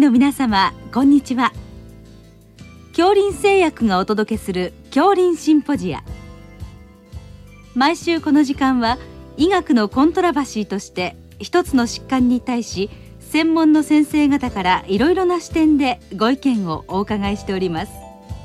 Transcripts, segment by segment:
の皆様、こんにちは。杏林製薬がお届けする杏林シンポジア。毎週この時間は医学のコントラバシーとして一つの疾患に対し専門の先生方からいろいろな視点でご意見をお伺いしております。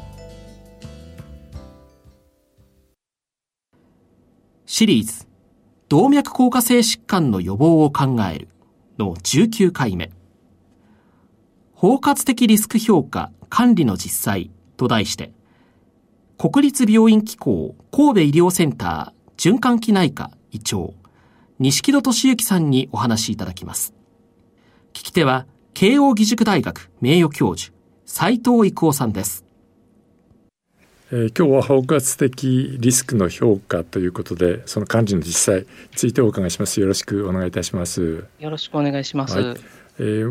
シリーズ動脈硬化性疾患の予防を考えるの19回目、包括的リスク評価管理の実際と題して、国立病院機構神戸医療センター循環器内科医長錦戸俊之さんにお話しいただきます。聞き手は慶應義塾大学名誉教授斉藤育夫さんです。 今日は包括的リスクの評価ということで、その管理の実際についてお伺いします。よろしくお願いいたします。 よろしくお願いします。 はい、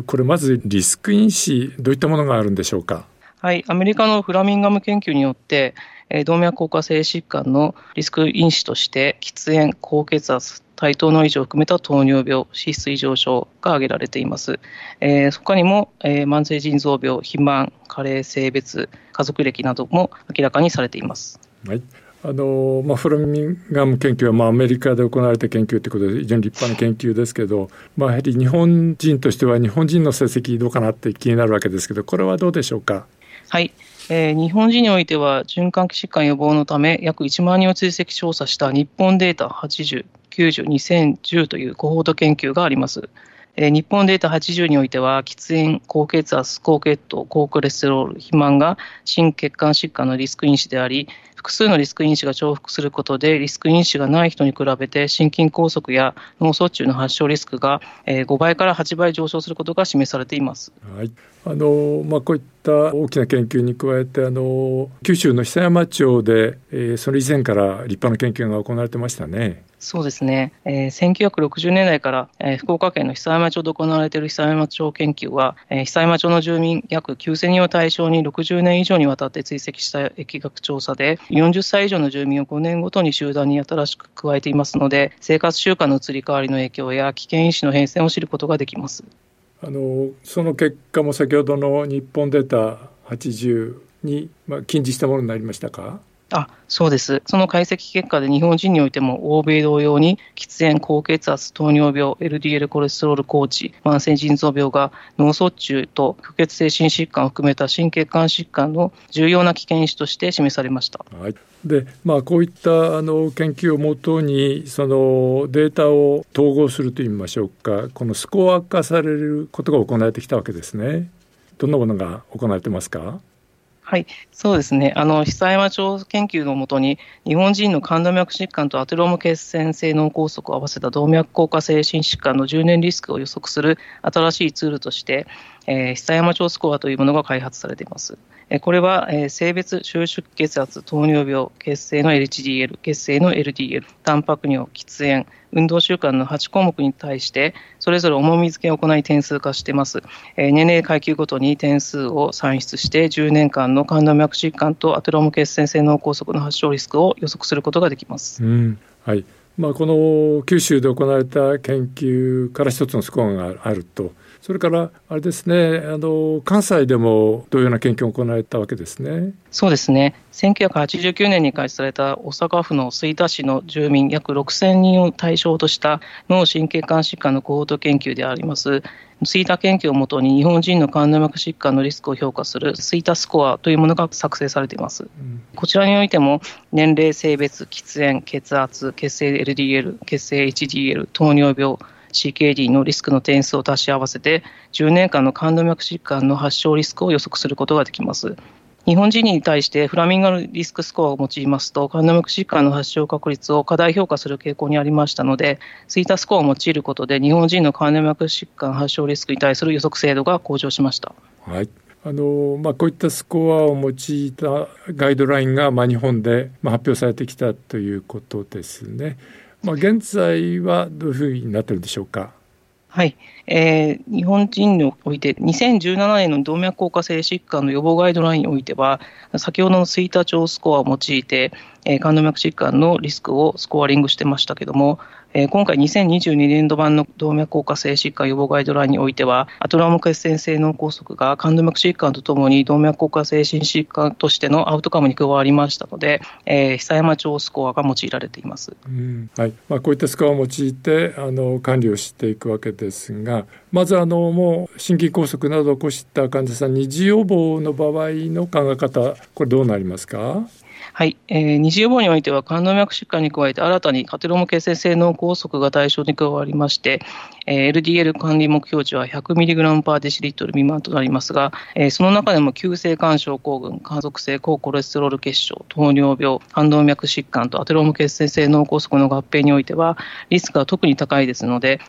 これまずリスク因子、どういったものがあるんでしょうか。 はい、アメリカのフラミンガム研究によって動脈硬化性疾患のリスク因子として喫煙、高血圧、対等の異常を含めた糖尿病、脂質異常症が挙げられています。他にも、慢性腎臓病、肥満、加齢、性別、家族歴なども明らかにされています。 はい、フラミンガム研究は、アメリカで行われた研究ということで非常に立派な研究ですけど、やはり日本人としては日本人の成績どうかなって気になるわけですけど、これはどうでしょうか。 はい、日本人においては循環器疾患予防のため約1万人を追跡調査した日本データ80、90、2010というコホート研究があります。日本データ80においては喫煙、高血圧、高血糖、高コレステロール、肥満が心血管疾患のリスク因子であり、複数のリスク因子が重複することでリスク因子がない人に比べて心筋梗塞や脳卒中の発症リスクが5倍から8倍上昇することが示されています。 はい、こういった大きな研究に加えて九州の久山町で、それ以前から立派な研究が行われてましたね。 そうですね、1960年代から、福岡県の久山町で行われている久山町研究は、久山町の住民約9000人を対象に60年以上にわたって追跡した疫学調査で、40歳以上の住民を5年ごとに集団に新しく加えていますので、生活習慣の移り変わりの影響や危険因子の変遷を知ることができます。 その結果も先ほどの日本データ80に、近似したものになりましたか。 そうです。その解析結果で日本人においても欧米同様に喫煙、高血圧、糖尿病、LDL コレステロール高値、慢性腎臓病が脳卒中と虚血性心疾患を含めた心血管疾患の重要な危険因子として示されました。 はい、でこういった研究をもとにそのデータを統合するといいましょうか、このスコア化されることが行われてきたわけですね。どんなものが行われてますか。 はい、そうですね。久山町研究のもとに日本人の冠動脈疾患とアテローム血栓性脳梗塞を合わせた動脈硬化性心疾患の10年リスクを予測する新しいツールとして、久山町スコアというものが開発されています。これは、性別、収縮血圧、糖尿病、血清の HDL、血清の LDL、タンパク尿、喫煙、運動習慣の8項目に対してそれぞれ重み付けを行い点数化しています。年齢階級ごとに点数を算出して10年間の冠動脈疾患とアテローム血栓性脳梗塞の発症リスクを予測することができます。 はい、この九州で行われた研究から一つのスコアがあると。それからあれですね、関西でも同様な研究が行われたわけですね。 そうですね。1989年に開始された大阪府の吹田市の住民約6000人を対象とした脳心血管疾患のコホート研究であります吹田研究をもとに日本人の冠動脈疾患のリスクを評価する吹田スコアというものが作成されています。こちらにおいても年齢、性別、喫煙、血圧、血清 LDL、血清 HDL、糖尿病、CKD のリスクの点数を足し合わせて10年間の冠動脈疾患の発症リスクを予測することができます。日本人に対してフラミンガムリスクスコアを用いますと冠動脈疾患の発症確率を過大評価する傾向にありましたので、吹田スコアを用いることで日本人の冠動脈疾患発症リスクに対する予測精度が向上しました。 はい、こういったスコアを用いたガイドラインが、日本で発表されてきたということですね。現在はどういうふうになっているでしょうか。 はい、日本人において2017年の動脈硬化性疾患の予防ガイドラインにおいては先ほどの吹田町スコアを用いて冠動脈疾患のリスクをスコアリングしてましたけども、 今回2022年度版の動脈硬化性疾患予防ガイドラインにおいては、アトラーム血栓性脳梗塞が冠動脈疾患とともに動脈硬化性心疾患としてのアウトカムに加わりましたので、久山町スコアが用いられています。 はい。こういったスコアを用いて管理をしていくわけですが、まずもう心筋梗塞などを起こした患者さん、二次予防の場合の考え方、これどうなりますか？ はい、二次予防においては冠動脈疾患に加えて新たにカテローム血栓性脳梗塞が対象に加わりまして、LDL 管理目標値は 100mg/dl 未満となりますが、その中でも急性肝症候群、家族性高コレステロール血症、糖尿病、冠動脈疾患とアテローム血栓性脳梗塞の合併においてはリスクが特に高いですので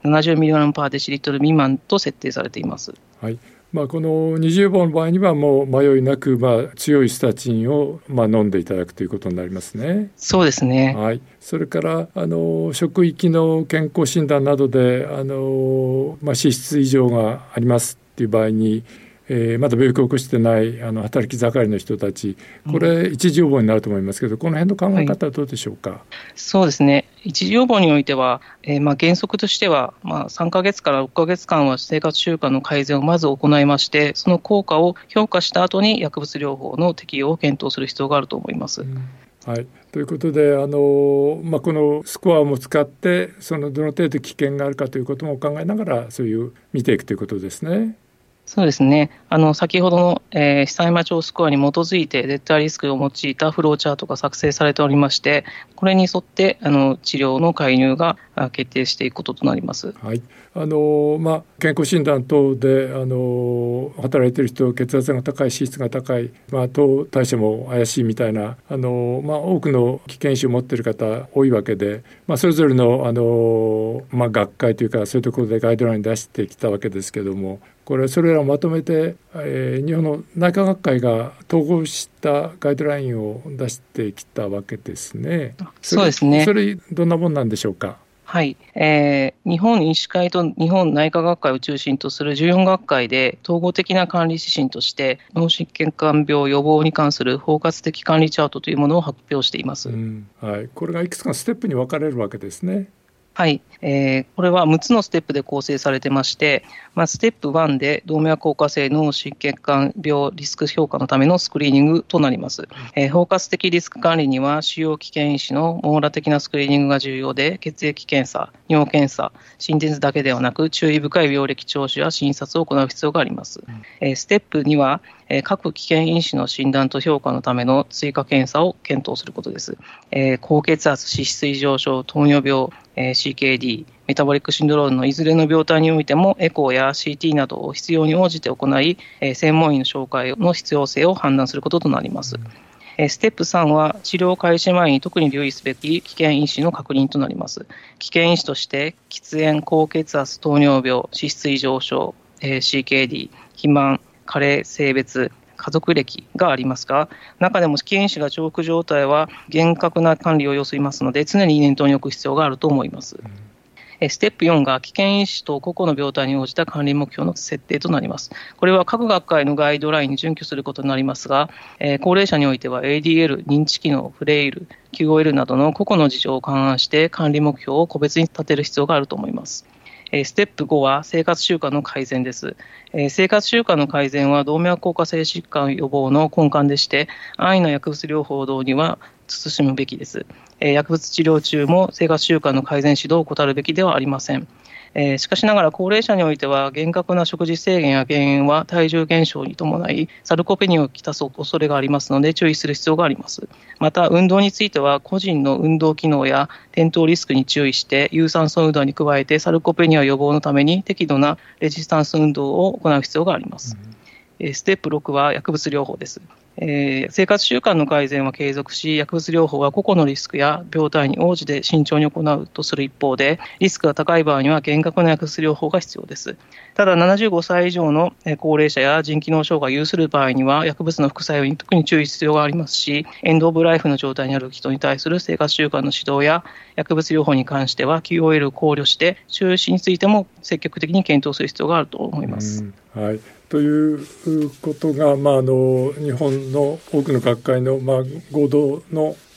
70mg/dl 未満と設定されています。 はい。この二次予防の場合にはもう迷いなく強いスタチンを飲んでいただくということになりますね。 そうですね。 はい。それから職域の健康診断などで脂質異常がありますっていう場合に、まだ病気を起こしてない働き盛りの人たち、これ一次予防になると思いますけど、この辺の考え方はどうでしょうか？ そうですね。一次予防においては、原則としては、3ヶ月から6ヶ月間は生活習慣の改善をまず行いまして、その効果を評価した後に薬物療法の適用を検討する必要があると思います。 はい、ということでこのスコアも使ってどの程度危険があるかということも考えながらそういう見ていくということですね。 そうですね。先ほどの、久山町スコアに基づいて絶対リスクを用いたフローチャートが作成されておりまして、これに沿って治療の介入が決定していくこととなります。 はい。健康診断等で働いている人、血圧が高い、脂質が高い、糖代謝も怪しいみたいな多くの危険因子を持っている方多いわけで、それぞれの学会というかそういうところでガイドライン出してきたわけですけども、それらをまとめて、日本の内科学会が統合したガイドラインを出してきたわけですね。 そうですね。 それどんなものなんでしょうか？ はい、日本医師会と日本内科学会を中心とする14学会で統合的な管理指針として脳心血管病予防に関する包括的管理チャートというものを発表しています。 はい、これがいくつかのステップに分かれるわけですね。 はい、これは6つのステップで構成されてまして、ステップ1で動脈硬化性脳心血管病リスク評価のためのスクリーニングとなります。包括的リスク管理には主要危険因子の網羅的なスクリーニングが重要で、血液検査、尿検査、心電図だけではなく注意深い病歴聴取や診察を行う必要があります。ステップ2は各危険因子の診断と評価のための追加検査を検討することです。高血圧、脂質異常症、糖尿病、CKD、メタボリックシンドロームのいずれの病態においてもエコーや CT などを必要に応じて行い、専門医の紹介の必要性を判断することとなります。ステップ3は治療開始前に特に留意すべき危険因子の確認となります。危険因子として喫煙、高血圧、糖尿病、脂質異常症、CKD、肥満、加齢、性別、家族歴がありますが、中でも危険因子が重複状態は厳格な管理を要するますので、常に念頭に置く必要があると思います。ステップ4が危険因子と個々の病態に応じた管理目標の設定となります。これは各学会のガイドラインに準拠することになりますが、高齢者においては ADL、認知機能、フレイル、QOL などの個々の事情を勘案して管理目標を個別に立てる必要があると思います。ステップ5は生活習慣の改善です。生活習慣の改善は動脈硬化性疾患予防の根幹でして、安易な薬物療法導入は慎むべきです。薬物治療中も生活習慣の改善指導を怠るべきではありません。しかしながら高齢者においては厳格な食事制限や減塩は体重減少に伴いサルコペニアをきたす恐れがありますので注意する必要があります。また運動については個人の運動機能や転倒リスクに注意して有酸素運動に加えてサルコペニア予防のために適度なレジスタンス運動を行う必要があります。ステップ6は薬物療法です。生活習慣の改善は継続し、薬物療法は個々のリスクや病態に応じて慎重に行うとする一方で、リスクが高い場合には厳格な薬物療法が必要です。ただ、75歳以上の高齢者や腎機能障害を有する場合には、薬物の副作用に特に注意する必要がありますし、エンドオブライフの状態にある人に対する生活習慣の指導や薬物療法に関しては QOL を考慮して、中止についても積極的に検討する必要があると思います。 はい、ということが、日本の多くの学会の合同の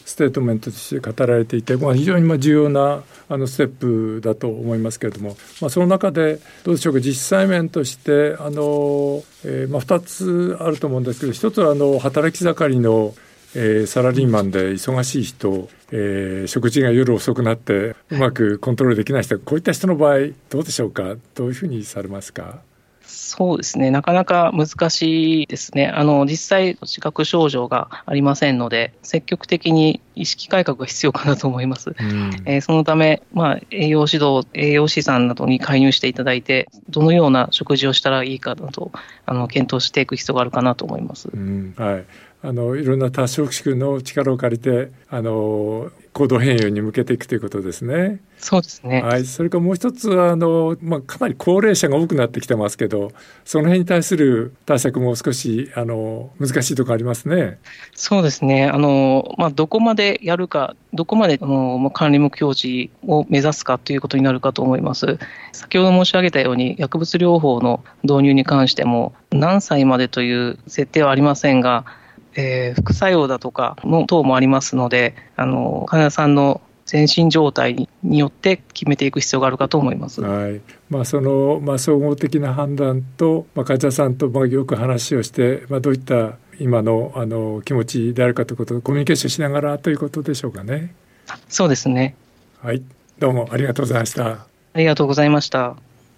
ステートメントとして語られていて、非常に重要なステップだと思いますけれども、その中でどうでしょうか、実際面として2つあると思うんですけど、一つは働き盛りのサラリーマンで忙しい人、食事が夜遅くなってうまくコントロールできない人、こういった人の場合どうでしょうか。どういうふうにされますか。 そうですね、なかなか難しいですね。実際自覚症状がありませんので、積極的に意識改革が必要かなと思います。そのため、栄養指導、栄養士さんなどに介入していただいて、どのような食事をしたらいいかなど検討していく必要があるかなと思います。 はい。いろんな多職種の力を借りて行動変容に向けていくということですね。 そうですね。 はい。それからもう一つはかなり高齢者が多くなってきてますけど、その辺に対する対策も少し難しいところありますね。 そうですね。どこまでやるか、どこまで管理目標値を目指すかということになるかと思います。先ほど申し上げたように、薬物療法の導入に関しても何歳までという設定はありませんが、副作用だとかの等もありますので、患者さんの全身状態によって決めていく必要があるかと思います。 はい。その、総合的な判断と、患者さんとよく話をして、どういった今の気持ちであるかということをコミュニケーションしながらということでしょうかね。 そうですね。 はい。どうもありがとうございました。 ありがとうございました。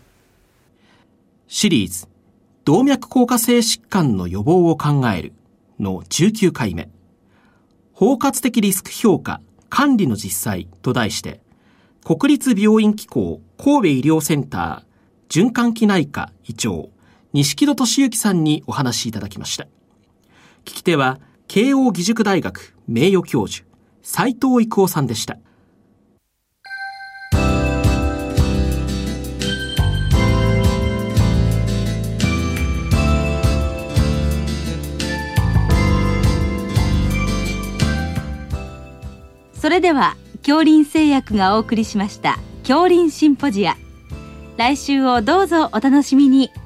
シリーズ動脈硬化性疾患の予防を考えるの19回目、包括的リスク評価管理の実際と題して、国立病院機構神戸医療センター循環器内科医長錦戸俊之さんにお話しいただきました。聞き手は慶應義塾大学名誉教授斉藤育夫さんでした。 それでは杏林製薬がお送りしました杏林シンポジア、来週をどうぞお楽しみに。